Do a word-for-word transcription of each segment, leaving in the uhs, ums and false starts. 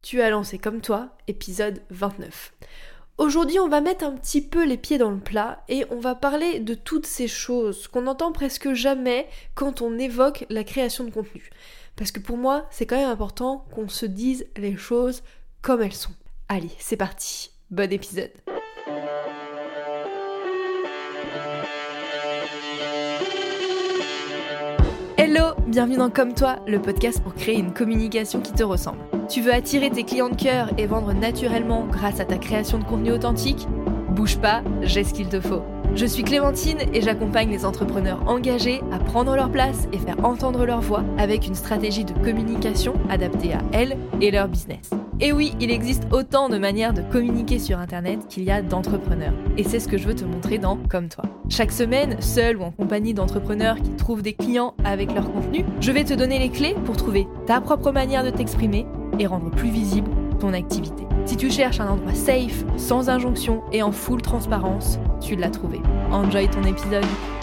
Tu as lancé comme toi, épisode vingt-neuf. Aujourd'hui, on va mettre un petit peu les pieds dans le plat et on va parler de toutes ces choses qu'on n'entend presque jamais quand on évoque la création de contenu. Parce que pour moi, c'est quand même important qu'on se dise les choses comme elles sont. Allez, c'est parti. Bon épisode. Hello, bienvenue dans Comme toi, le podcast pour créer une communication qui te ressemble. Tu veux attirer tes clients de cœur et vendre naturellement grâce à ta création de contenu authentique ? Bouge pas, j'ai ce qu'il te faut. Je suis Clémentine et j'accompagne les entrepreneurs engagés à prendre leur place et faire entendre leur voix avec une stratégie de communication adaptée à elles et leur business. Et oui, il existe autant de manières de communiquer sur Internet qu'il y a d'entrepreneurs. Et c'est ce que je veux te montrer dans Comme toi. Chaque semaine, seul ou en compagnie d'entrepreneurs qui trouvent des clients avec leur contenu, je vais te donner les clés pour trouver ta propre manière de t'exprimer et rendre plus visible ton activité. Si tu cherches un endroit safe, sans injonction et en full transparence, tu l'as trouvé. Enjoy ton épisode.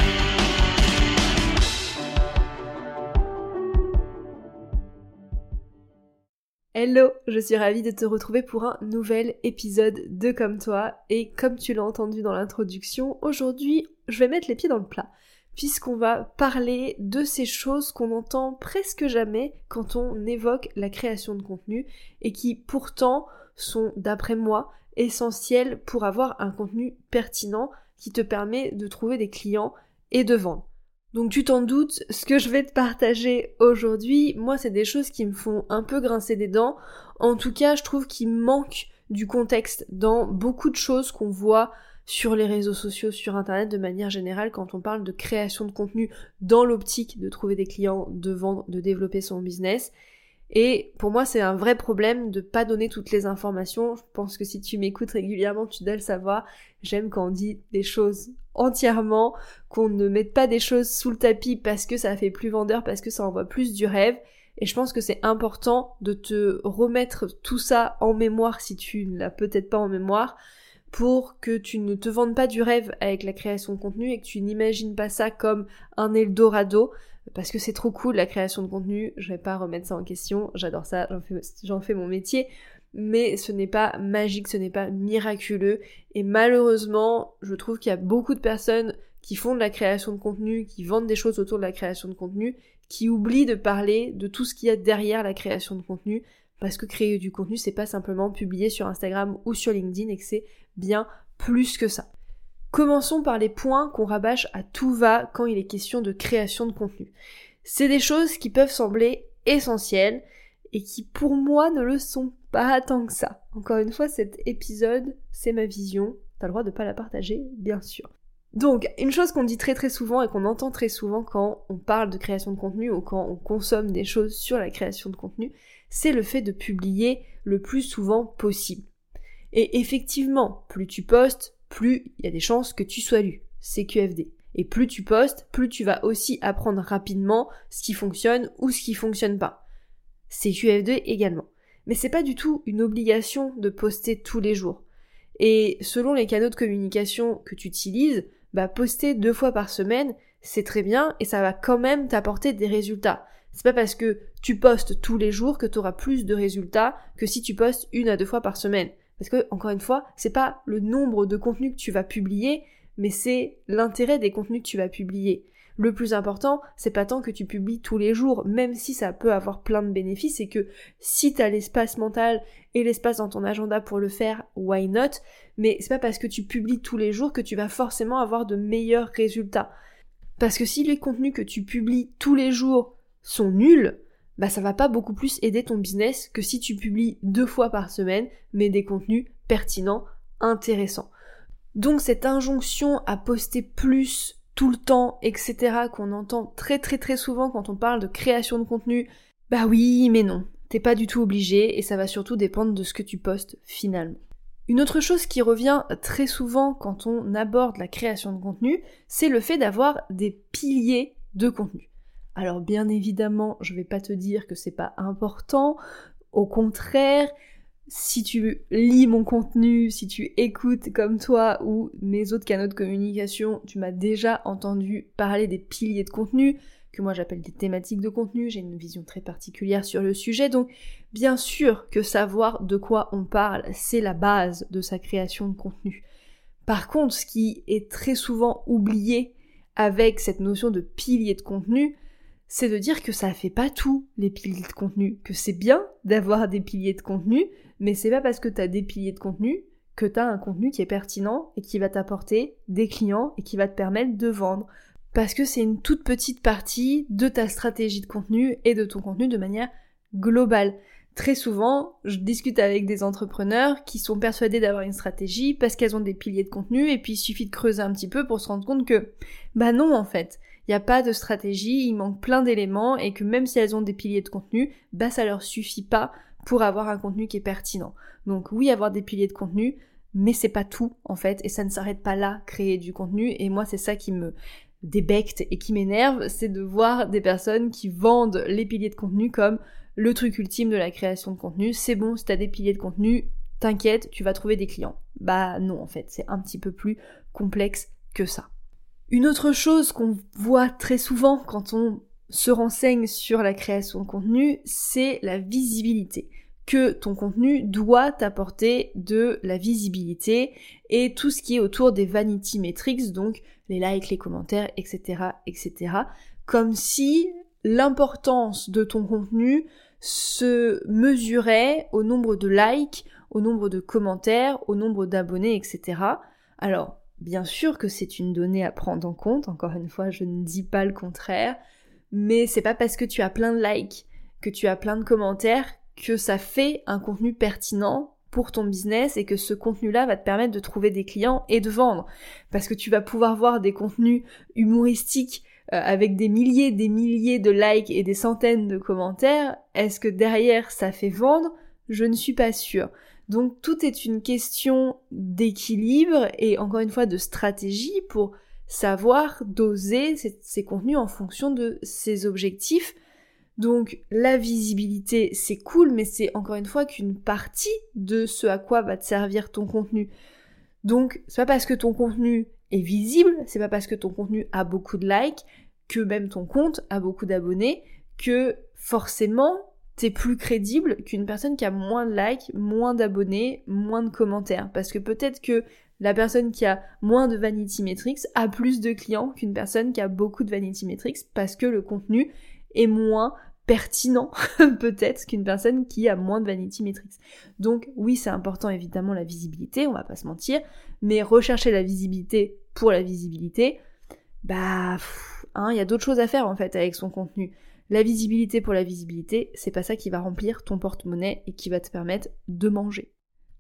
Hello, je suis ravie de te retrouver pour un nouvel épisode de Comme toi et comme tu l'as entendu dans l'introduction, aujourd'hui je vais mettre les pieds dans le plat puisqu'on va parler de ces choses qu'on entend presque jamais quand on évoque la création de contenu et qui pourtant sont, d'après moi, essentielles pour avoir un contenu pertinent qui te permet de trouver des clients et de vendre. Donc tu t'en doutes, ce que je vais te partager aujourd'hui, moi c'est des choses qui me font un peu grincer des dents. En tout cas, je trouve qu'il manque du contexte dans beaucoup de choses qu'on voit sur les réseaux sociaux, sur internet de manière générale quand on parle de création de contenu dans l'optique de trouver des clients, de vendre, de développer son business. Et pour moi, c'est un vrai problème de pas donner toutes les informations. Je pense que si tu m'écoutes régulièrement, tu dois le savoir. J'aime quand on dit des choses entièrement, qu'on ne mette pas des choses sous le tapis parce que ça fait plus vendeur, parce que ça envoie plus du rêve. Et je pense que c'est important de te remettre tout ça en mémoire si tu ne l'as peut-être pas en mémoire, pour que tu ne te vendes pas du rêve avec la création de contenu et que tu n'imagines pas ça comme un Eldorado, parce que c'est trop cool la création de contenu, je vais pas remettre ça en question, j'adore ça, j'en fais, j'en fais mon métier, mais ce n'est pas magique, ce n'est pas miraculeux, et malheureusement, je trouve qu'il y a beaucoup de personnes qui font de la création de contenu, qui vendent des choses autour de la création de contenu, qui oublient de parler de tout ce qu'il y a derrière la création de contenu, parce que créer du contenu, c'est pas simplement publier sur Instagram ou sur LinkedIn, et que c'est bien plus que ça. Commençons par les points qu'on rabâche à tout va quand il est question de création de contenu. C'est des choses qui peuvent sembler essentielles et qui pour moi ne le sont pas tant que ça. Encore une fois, cet épisode, c'est ma vision, t'as le droit de pas la partager, bien sûr. Donc, une chose qu'on dit très très souvent et qu'on entend très souvent quand on parle de création de contenu ou quand on consomme des choses sur la création de contenu, c'est le fait de publier le plus souvent possible. Et effectivement, plus tu postes, plus il y a des chances que tu sois lu. C'est Q F D. Et plus tu postes, plus tu vas aussi apprendre rapidement ce qui fonctionne ou ce qui fonctionne pas. C'est Q F D également. Mais c'est pas du tout une obligation de poster tous les jours. Et selon les canaux de communication que tu utilises, bah poster deux fois par semaine, c'est très bien et ça va quand même t'apporter des résultats. C'est pas parce que tu postes tous les jours que tu auras plus de résultats que si tu postes une à deux fois par semaine. Parce que, encore une fois, c'est pas le nombre de contenus que tu vas publier, mais c'est l'intérêt des contenus que tu vas publier. Le plus important, c'est pas tant que tu publies tous les jours, même si ça peut avoir plein de bénéfices, c'est que si t'as l'espace mental et l'espace dans ton agenda pour le faire, why not? Mais c'est pas parce que tu publies tous les jours que tu vas forcément avoir de meilleurs résultats. Parce que si les contenus que tu publies tous les jours sont nuls, bah ça va pas beaucoup plus aider ton business que si tu publies deux fois par semaine, mais des contenus pertinents, intéressants. Donc cette injonction à poster plus tout le temps, et cetera, qu'on entend très très très souvent quand on parle de création de contenu, bah oui, mais non, t'es pas du tout obligé, et ça va surtout dépendre de ce que tu postes finalement. Une autre chose qui revient très souvent quand on aborde la création de contenu, c'est le fait d'avoir des piliers de contenu. Alors bien évidemment, je vais pas te dire que c'est pas important, au contraire, si tu lis mon contenu, si tu écoutes comme toi ou mes autres canaux de communication, tu m'as déjà entendu parler des piliers de contenu, que moi j'appelle des thématiques de contenu, j'ai une vision très particulière sur le sujet, donc bien sûr que savoir de quoi on parle, c'est la base de sa création de contenu. Par contre, ce qui est très souvent oublié avec cette notion de pilier de contenu, c'est de dire que ça fait pas tout, les piliers de contenu, que c'est bien d'avoir des piliers de contenu, mais c'est pas parce que t'as des piliers de contenu que t'as un contenu qui est pertinent et qui va t'apporter des clients et qui va te permettre de vendre. Parce que c'est une toute petite partie de ta stratégie de contenu et de ton contenu de manière globale. Très souvent, je discute avec des entrepreneurs qui sont persuadés d'avoir une stratégie parce qu'elles ont des piliers de contenu et puis il suffit de creuser un petit peu pour se rendre compte que, bah non en fait, il n'y a pas de stratégie, il manque plein d'éléments et que même si elles ont des piliers de contenu, bah ça leur suffit pas pour avoir un contenu qui est pertinent. Donc oui, avoir des piliers de contenu, mais c'est pas tout en fait et ça ne s'arrête pas là, créer du contenu, et moi c'est ça qui me débecte et qui m'énerve, c'est de voir des personnes qui vendent les piliers de contenu comme le truc ultime de la création de contenu. C'est bon, si t'as des piliers de contenu, t'inquiète, tu vas trouver des clients. Bah non en fait, c'est un petit peu plus complexe que ça. Une autre chose qu'on voit très souvent quand on se renseigne sur la création de contenu, c'est la visibilité. Que ton contenu doit t'apporter de la visibilité et tout ce qui est autour des vanity metrics, donc les likes, les commentaires, et cetera, et cetera. Comme si l'importance de ton contenu se mesurait au nombre de likes, au nombre de commentaires, au nombre d'abonnés, et cetera. Alors, bien sûr que c'est une donnée à prendre en compte, encore une fois, je ne dis pas le contraire, mais c'est pas parce que tu as plein de likes, que tu as plein de commentaires, que ça fait un contenu pertinent pour ton business et que ce contenu-là va te permettre de trouver des clients et de vendre. Parce que tu vas pouvoir voir des contenus humoristiques euh, avec des milliers, des milliers de likes et des centaines de commentaires. Est-ce que derrière ça fait vendre ? Je ne suis pas sûre. Donc tout est une question d'équilibre et encore une fois de stratégie pour savoir doser ces, ces contenus en fonction de ses objectifs. Donc la visibilité c'est cool, mais c'est encore une fois qu'une partie de ce à quoi va te servir ton contenu. Donc c'est pas parce que ton contenu est visible, c'est pas parce que ton contenu a beaucoup de likes, que même ton compte a beaucoup d'abonnés, que forcément t'es plus crédible qu'une personne qui a moins de likes, moins d'abonnés, moins de commentaires. Parce que peut-être que la personne qui a moins de vanity metrics a plus de clients qu'une personne qui a beaucoup de vanity metrics parce que le contenu est moins pertinent peut-être qu'une personne qui a moins de vanity metrics. Donc oui, c'est important évidemment la visibilité, on va pas se mentir, mais rechercher la visibilité pour la visibilité, bah hein, il y a d'autres choses à faire en fait avec son contenu. La visibilité pour la visibilité, c'est pas ça qui va remplir ton porte-monnaie et qui va te permettre de manger.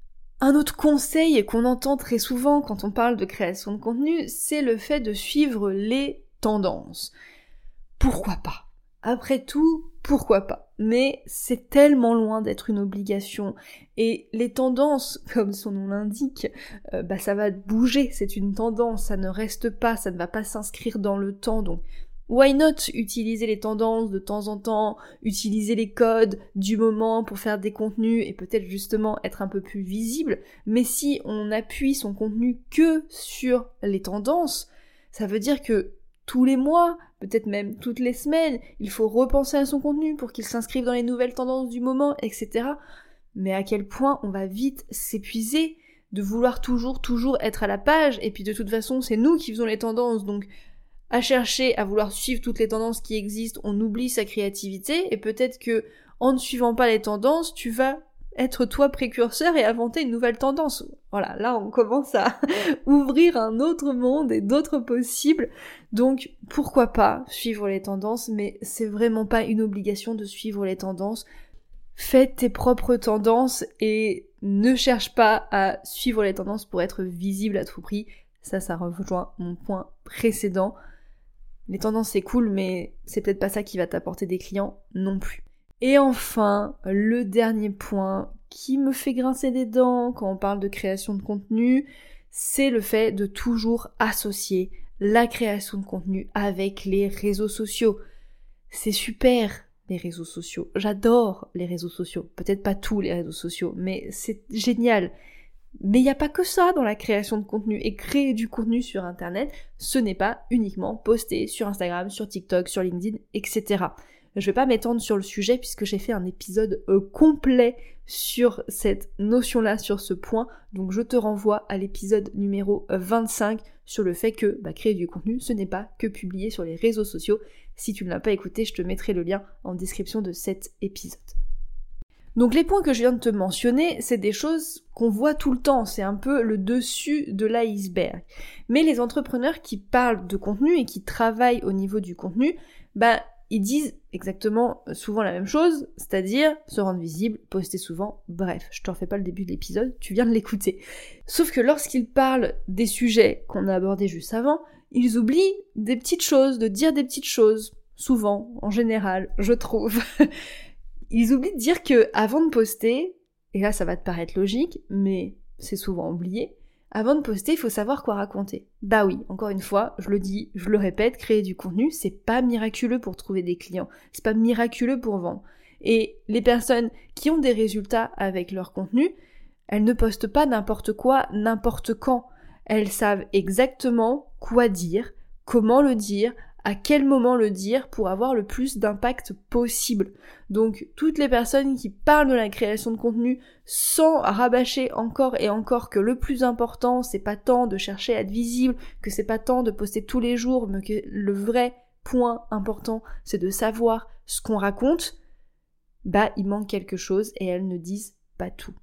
Un autre conseil qu'on entend très souvent quand on parle de création de contenu, c'est le fait de suivre les tendances. Pourquoi pas ? Après tout, pourquoi pas ? Mais c'est tellement loin d'être une obligation. Et les tendances, comme son nom l'indique, euh, bah ça va bouger, c'est une tendance, ça ne reste pas, ça ne va pas s'inscrire dans le temps. Donc, why not utiliser les tendances de temps en temps, utiliser les codes du moment pour faire des contenus et peut-être justement être un peu plus visible. Mais si on appuie son contenu que sur les tendances, ça veut dire que tous les mois, peut-être même toutes les semaines, il faut repenser à son contenu pour qu'il s'inscrive dans les nouvelles tendances du moment, et cetera. Mais à quel point on va vite s'épuiser de vouloir toujours, toujours être à la page, et puis de toute façon, c'est nous qui faisons les tendances, donc à chercher à vouloir suivre toutes les tendances qui existent, on oublie sa créativité, et peut-être que en ne suivant pas les tendances, tu vas être toi précurseur et inventer une nouvelle tendance. Voilà, là on commence à ouvrir un autre monde et d'autres possibles. Donc pourquoi pas suivre les tendances, mais c'est vraiment pas une obligation de suivre les tendances. Fais tes propres tendances et ne cherche pas à suivre les tendances pour être visible à tout prix. Ça, ça rejoint mon point précédent. Les tendances c'est cool, mais c'est peut-être pas ça qui va t'apporter des clients non plus. Et enfin, le dernier point qui me fait grincer des dents quand on parle de création de contenu, c'est le fait de toujours associer la création de contenu avec les réseaux sociaux. C'est super, les réseaux sociaux. J'adore les réseaux sociaux. Peut-être pas tous les réseaux sociaux, mais c'est génial. Mais il n'y a pas que ça dans la création de contenu. Et créer du contenu sur Internet, ce n'est pas uniquement poster sur Instagram, sur TikTok, sur LinkedIn, et cetera. Je vais pas m'étendre sur le sujet puisque j'ai fait un épisode euh, complet sur cette notion-là, sur ce point. Donc je te renvoie à l'épisode numéro vingt-cinq sur le fait que bah, créer du contenu, ce n'est pas que publier sur les réseaux sociaux. Si tu ne l'as pas écouté, je te mettrai le lien en description de cet épisode. Donc les points que je viens de te mentionner, c'est des choses qu'on voit tout le temps, c'est un peu le dessus de l'iceberg. Mais les entrepreneurs qui parlent de contenu et qui travaillent au niveau du contenu, bah ils disent exactement souvent la même chose, c'est-à-dire se rendre visible, poster souvent, bref, je te refais pas le début de l'épisode, tu viens de l'écouter. Sauf que lorsqu'ils parlent des sujets qu'on a abordés juste avant, ils oublient des petites choses, de dire des petites choses, souvent, en général, je trouve. Ils oublient de dire que avant de poster, et là ça va te paraître logique, mais c'est souvent oublié, avant de poster, il faut savoir quoi raconter. Bah oui, encore une fois, je le dis, je le répète, créer du contenu, c'est pas miraculeux pour trouver des clients, c'est pas miraculeux pour vendre. Et les personnes qui ont des résultats avec leur contenu, elles ne postent pas n'importe quoi, n'importe quand. Elles savent exactement quoi dire, comment le dire, à quel moment le dire pour avoir le plus d'impact possible. Donc toutes les personnes qui parlent de la création de contenu sans rabâcher encore et encore que le plus important c'est pas tant de chercher à être visible, que c'est pas tant de poster tous les jours, mais que le vrai point important c'est de savoir ce qu'on raconte, bah il manque quelque chose et elles ne disent pas tout.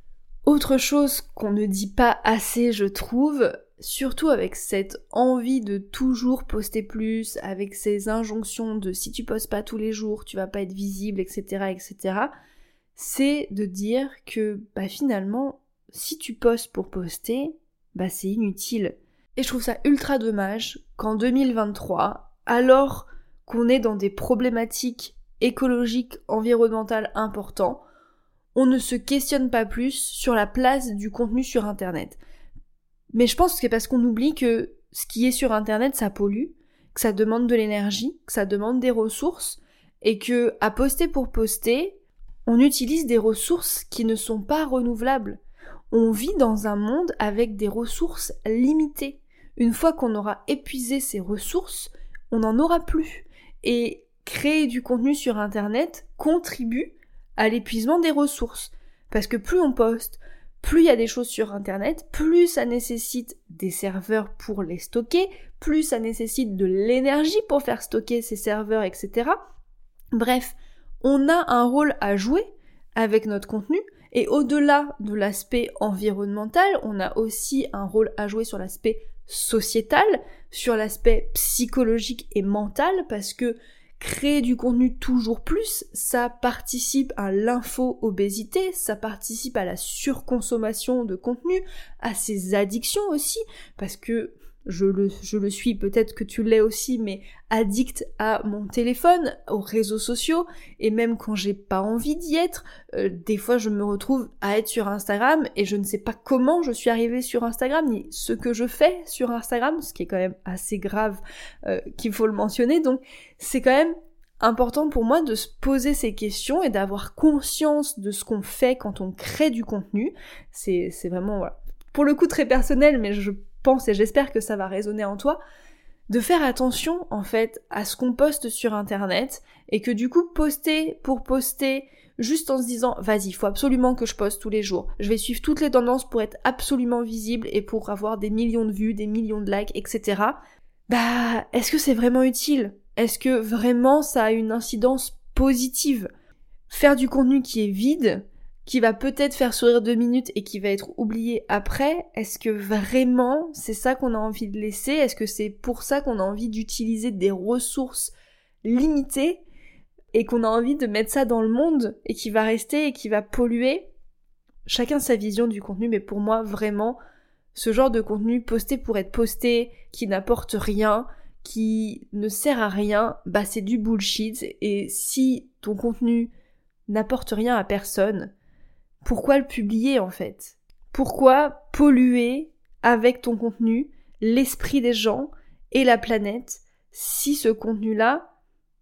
Autre chose qu'on ne dit pas assez je trouve, surtout avec cette envie de toujours poster plus, avec ces injonctions de si tu postes pas tous les jours, tu vas pas être visible, et cetera, et cetera, c'est de dire que bah finalement, si tu postes pour poster, bah c'est inutile. Et je trouve ça ultra dommage qu'en deux mille vingt-trois, alors qu'on est dans des problématiques écologiques, environnementales importantes, on ne se questionne pas plus sur la place du contenu sur Internet. Mais je pense que c'est parce qu'on oublie que ce qui est sur Internet, ça pollue, que ça demande de l'énergie, que ça demande des ressources, et que à poster pour poster, on utilise des ressources qui ne sont pas renouvelables. On vit dans un monde avec des ressources limitées. Une fois qu'on aura épuisé ces ressources, on n'en aura plus. Et créer du contenu sur Internet contribue à l'épuisement des ressources. Parce que plus on poste, plus il y a des choses sur Internet, plus ça nécessite des serveurs pour les stocker, plus ça nécessite de l'énergie pour faire stocker ces serveurs, et cetera. Bref, on a un rôle à jouer avec notre contenu, et au-delà de l'aspect environnemental, on a aussi un rôle à jouer sur l'aspect sociétal, sur l'aspect psychologique et mental, parce que créer du contenu toujours plus, ça participe à l'info-obésité, ça participe à la surconsommation de contenu, à ces addictions aussi, parce que je le, je le suis, peut-être que tu l'es aussi, mais addict à mon téléphone, aux réseaux sociaux, et même quand j'ai pas envie d'y être, euh, des fois je me retrouve à être sur Instagram et je ne sais pas comment je suis arrivée sur Instagram, ni ce que je fais sur Instagram, ce qui est quand même assez grave euh, qu'il faut le mentionner, donc c'est quand même important pour moi de se poser ces questions et d'avoir conscience de ce qu'on fait quand on crée du contenu. C'est, c'est vraiment, voilà, pour le coup très personnel, mais je pense et j'espère que ça va résonner en toi, de faire attention en fait à ce qu'on poste sur Internet et que du coup poster pour poster juste en se disant vas-y, il faut absolument que je poste tous les jours, je vais suivre toutes les tendances pour être absolument visible et pour avoir des millions de vues, des millions de likes, et cetera. Bah, est-ce que c'est vraiment utile ? Est-ce que vraiment ça a une incidence positive ? Faire du contenu qui est vide, qui va peut-être faire sourire deux minutes et qui va être oublié après, est-ce que vraiment c'est ça qu'on a envie de laisser ? Est-ce que c'est pour ça qu'on a envie d'utiliser des ressources limitées et qu'on a envie de mettre ça dans le monde et qui va rester et qui va polluer ? Chacun sa vision du contenu, mais pour moi vraiment, ce genre de contenu posté pour être posté, qui n'apporte rien, qui ne sert à rien, bah c'est du bullshit. Et si ton contenu n'apporte rien à personne, pourquoi le publier en fait ? Pourquoi polluer avec ton contenu l'esprit des gens et la planète si ce contenu-là,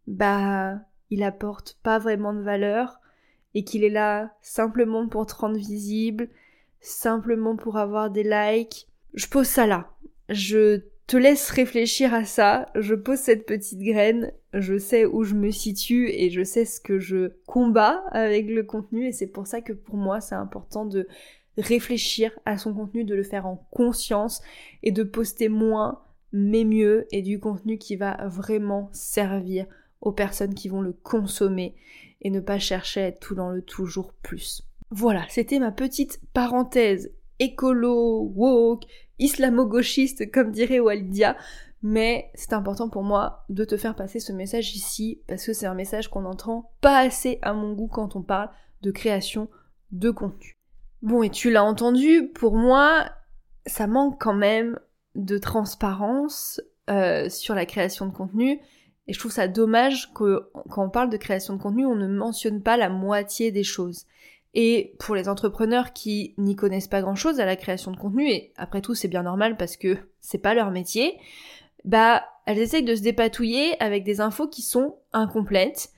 bah, il apporte pas vraiment de valeur et qu'il est là simplement pour te rendre visible, simplement pour avoir des likes. Je pose ça là. Je te laisse réfléchir à ça. Je pose cette petite graine. Je sais où je me situe et je sais ce que je combats avec le contenu et c'est pour ça que pour moi c'est important de réfléchir à son contenu, de le faire en conscience et de poster moins mais mieux et du contenu qui va vraiment servir aux personnes qui vont le consommer et ne pas chercher à être tout dans le toujours plus. Voilà, c'était ma petite parenthèse écolo, woke, islamo-gauchiste comme dirait Waldia, mais c'est important pour moi de te faire passer ce message ici parce que c'est un message qu'on n'entend pas assez à mon goût quand on parle de création de contenu. Bon, et tu l'as entendu, pour moi, ça manque quand même de transparence euh, sur la création de contenu. Et je trouve ça dommage que quand on parle de création de contenu, on ne mentionne pas la moitié des choses. Et pour les entrepreneurs qui n'y connaissent pas grand-chose à la création de contenu, et après tout c'est bien normal parce que c'est pas leur métier, bah elles essayent de se dépatouiller avec des infos qui sont incomplètes.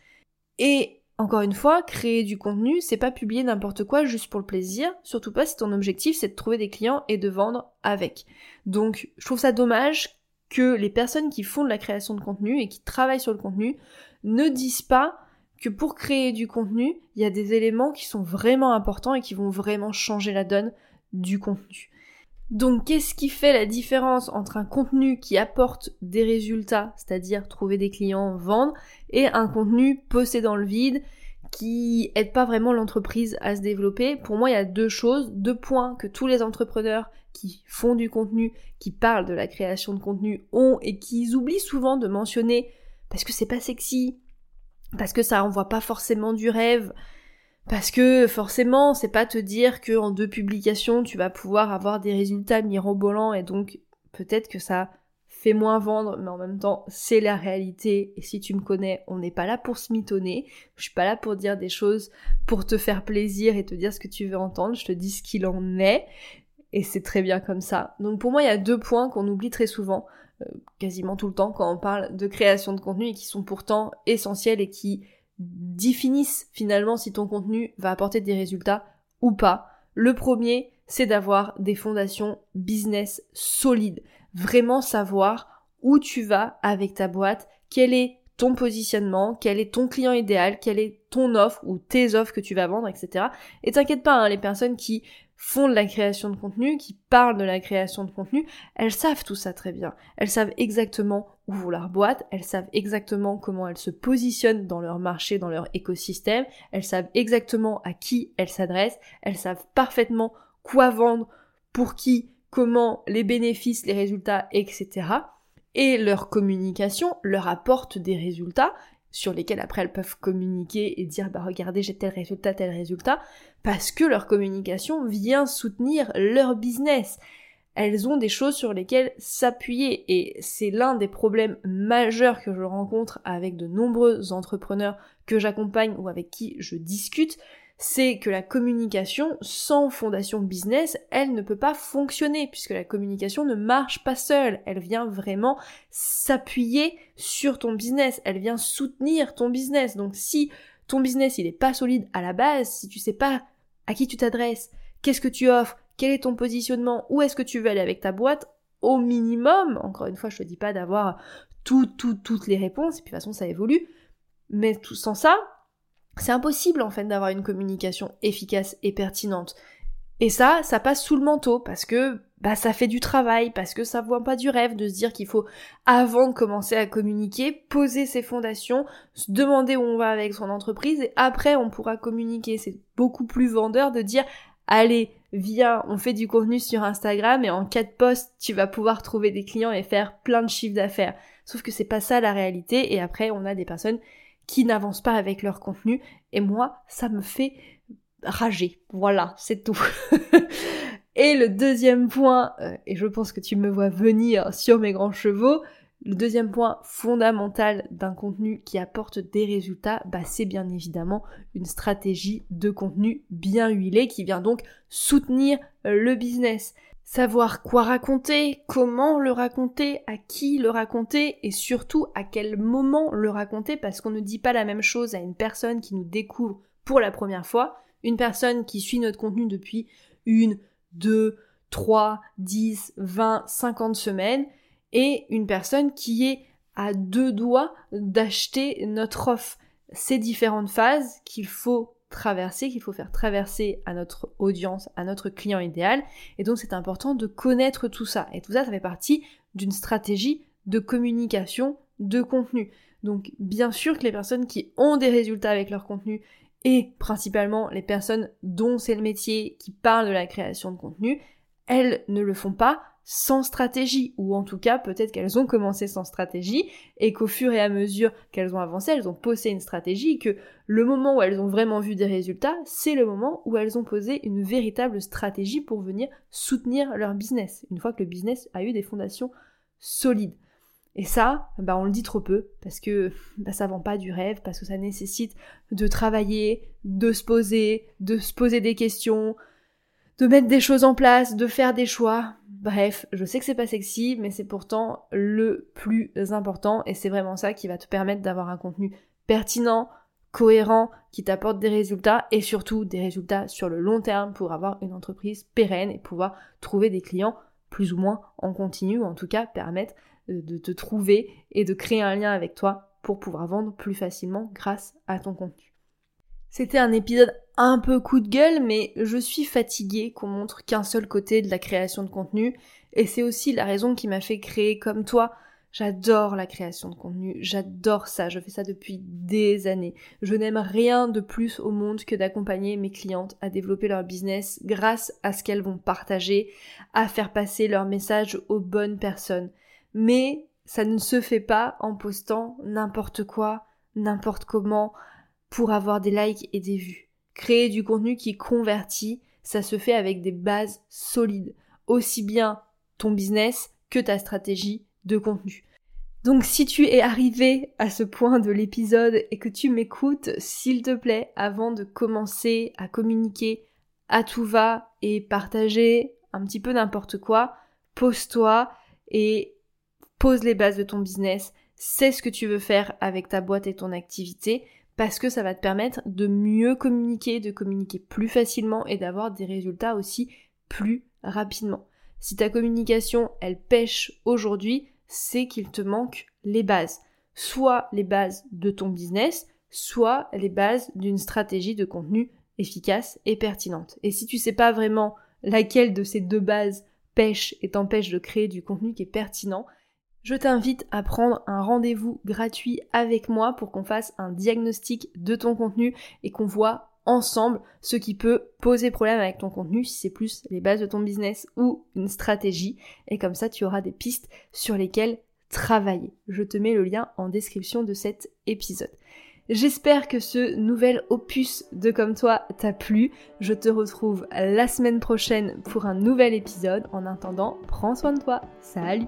Et encore une fois, créer du contenu, c'est pas publier n'importe quoi juste pour le plaisir, surtout pas si ton objectif c'est de trouver des clients et de vendre avec. Donc je trouve ça dommage que les personnes qui font de la création de contenu et qui travaillent sur le contenu ne disent pas que pour créer du contenu, il y a des éléments qui sont vraiment importants et qui vont vraiment changer la donne du contenu. Donc qu'est-ce qui fait la différence entre un contenu qui apporte des résultats, c'est-à-dire trouver des clients, vendre, et un contenu posté dans le vide qui aide pas vraiment l'entreprise à se développer? Pour moi, il y a deux choses, deux points que tous les entrepreneurs qui font du contenu, qui parlent de la création de contenu ont et qu'ils oublient souvent de mentionner parce que c'est pas sexy, parce que ça envoie pas forcément du rêve, parce que forcément c'est pas te dire que en deux publications tu vas pouvoir avoir des résultats mirobolants et donc peut-être que ça fait moins vendre, mais en même temps c'est la réalité et si tu me connais, on n'est pas là pour se mitonner, je suis pas là pour dire des choses pour te faire plaisir et te dire ce que tu veux entendre, je te dis ce qu'il en est et c'est très bien comme ça. Donc pour moi il y a deux points qu'on oublie très souvent, euh, quasiment tout le temps quand on parle de création de contenu et qui sont pourtant essentiels et qui définissent finalement si ton contenu va apporter des résultats ou pas. Le premier, c'est d'avoir des fondations business solides. Vraiment savoir où tu vas avec ta boîte, quel est ton positionnement, quel est ton client idéal, quelle est ton offre ou tes offres que tu vas vendre, et cetera. Et t'inquiète pas, hein, les personnes qui font de la création de contenu, qui parlent de la création de contenu, elles savent tout ça très bien. Elles savent exactement où vont leur boîte, elles savent exactement comment elles se positionnent dans leur marché, dans leur écosystème, elles savent exactement à qui elles s'adressent, elles savent parfaitement quoi vendre, pour qui, comment, les bénéfices, les résultats, et cetera. Et leur communication leur apporte des résultats sur lesquels après elles peuvent communiquer et dire bah regardez j'ai tel résultat, tel résultat, parce que leur communication vient soutenir leur business. Elles ont des choses sur lesquelles s'appuyer et c'est l'un des problèmes majeurs que je rencontre avec de nombreux entrepreneurs que j'accompagne ou avec qui je discute, c'est que la communication sans fondation business, elle ne peut pas fonctionner puisque la communication ne marche pas seule, elle vient vraiment s'appuyer sur ton business, elle vient soutenir ton business. Donc si ton business il est pas solide à la base, si tu sais pas à qui tu t'adresses, qu'est-ce que tu offres, quel est ton positionnement, où est-ce que tu veux aller avec ta boîte, au minimum, encore une fois je te dis pas d'avoir tout, tout, toutes les réponses, et puis de toute façon ça évolue, mais tout, sans ça, c'est impossible en fait d'avoir une communication efficace et pertinente. Et ça, ça passe sous le manteau parce que bah ça fait du travail, parce que ça voit pas du rêve de se dire qu'il faut, avant de commencer à communiquer, poser ses fondations, se demander où on va avec son entreprise et après on pourra communiquer. C'est beaucoup plus vendeur de dire allez, viens, on fait du contenu sur Instagram et en quatre posts, tu vas pouvoir trouver des clients et faire plein de chiffres d'affaires. Sauf que c'est pas ça la réalité et après on a des personnes qui n'avancent pas avec leur contenu et moi, ça me fait rager. Voilà, c'est tout. Et le deuxième point, euh, et je pense que tu me vois venir sur mes grands chevaux, le deuxième point fondamental d'un contenu qui apporte des résultats, bah c'est bien évidemment une stratégie de contenu bien huilée qui vient donc soutenir le business. Savoir quoi raconter, comment le raconter, à qui le raconter et surtout à quel moment le raconter parce qu'on ne dit pas la même chose à une personne qui nous découvre pour la première fois Une personne qui suit notre contenu depuis une, deux, trois, dix, vingt, cinquante semaines et une personne qui est à deux doigts d'acheter notre offre. Ces différentes phases qu'il faut traverser, qu'il faut faire traverser à notre audience, à notre client idéal. Et donc c'est important de connaître tout ça. Et tout ça, ça fait partie d'une stratégie de communication de contenu. Donc bien sûr que les personnes qui ont des résultats avec leur contenu et principalement les personnes dont c'est le métier qui parlent de la création de contenu, elles ne le font pas sans stratégie, ou en tout cas peut-être qu'elles ont commencé sans stratégie et qu'au fur et à mesure qu'elles ont avancé, elles ont posé une stratégie et que le moment où elles ont vraiment vu des résultats, c'est le moment où elles ont posé une véritable stratégie pour venir soutenir leur business, une fois que le business a eu des fondations solides. Et ça, bah on le dit trop peu, parce que bah ça vend pas du rêve, parce que ça nécessite de travailler, de se poser, de se poser des questions, de mettre des choses en place, de faire des choix. Bref, je sais que c'est pas sexy, mais c'est pourtant le plus important, et c'est vraiment ça qui va te permettre d'avoir un contenu pertinent, cohérent, qui t'apporte des résultats, et surtout des résultats sur le long terme pour avoir une entreprise pérenne et pouvoir trouver des clients plus ou moins en continu, ou en tout cas permettre de te trouver et de créer un lien avec toi pour pouvoir vendre plus facilement grâce à ton contenu. C'était un épisode un peu coup de gueule, mais je suis fatiguée qu'on montre qu'un seul côté de la création de contenu, et c'est aussi la raison qui m'a fait créer Comme Toi. J'adore la création de contenu, j'adore ça, je fais ça depuis des années. Je n'aime rien de plus au monde que d'accompagner mes clientes à développer leur business grâce à ce qu'elles vont partager, à faire passer leur message aux bonnes personnes. Mais ça ne se fait pas en postant n'importe quoi, n'importe comment, pour avoir des likes et des vues. Créer du contenu qui convertit, ça se fait avec des bases solides, aussi bien ton business que ta stratégie de contenu. Donc si tu es arrivé à ce point de l'épisode et que tu m'écoutes, s'il te plaît, avant de commencer à communiquer à tout va et partager un petit peu n'importe quoi, pose-toi et pose les bases de ton business, sais ce que tu veux faire avec ta boîte et ton activité, parce que ça va te permettre de mieux communiquer, de communiquer plus facilement et d'avoir des résultats aussi plus rapidement. Si ta communication, elle pêche aujourd'hui, c'est qu'il te manque les bases. Soit les bases de ton business, soit les bases d'une stratégie de contenu efficace et pertinente. Et si tu sais pas vraiment laquelle de ces deux bases pêche et t'empêche de créer du contenu qui est pertinent, je t'invite à prendre un rendez-vous gratuit avec moi pour qu'on fasse un diagnostic de ton contenu et qu'on voit ensemble ce qui peut poser problème avec ton contenu, si c'est plus les bases de ton business ou une stratégie. Et comme ça, tu auras des pistes sur lesquelles travailler. Je te mets le lien en description de cet épisode. J'espère que ce nouvel opus de Comme Toi t'a plu. Je te retrouve la semaine prochaine pour un nouvel épisode. En attendant, prends soin de toi. Salut!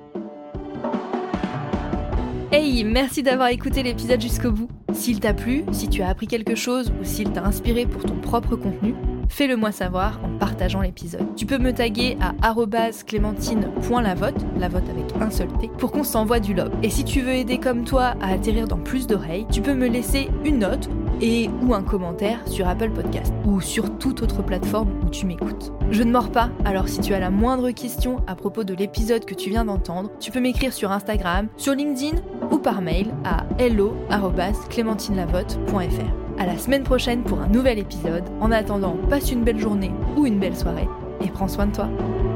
Hey, merci d'avoir écouté l'épisode jusqu'au bout. S'il t'a plu, si tu as appris quelque chose ou s'il t'a inspiré pour ton propre contenu, fais-le moi savoir en partageant l'épisode. Tu peux me taguer à arobase clémentine point lavotte, lavotte avec un seul T, pour qu'on s'envoie du love. Et si tu veux aider Comme Toi à atterrir dans plus d'oreilles, tu peux me laisser une note et ou un commentaire sur Apple Podcast ou sur toute autre plateforme où tu m'écoutes. Je ne mords pas, alors si tu as la moindre question à propos de l'épisode que tu viens d'entendre, tu peux m'écrire sur Instagram, sur LinkedIn ou par mail à hello arobase clémentine lavotte point f r. À la semaine prochaine pour un nouvel épisode. En attendant, passe une belle journée ou une belle soirée et prends soin de toi.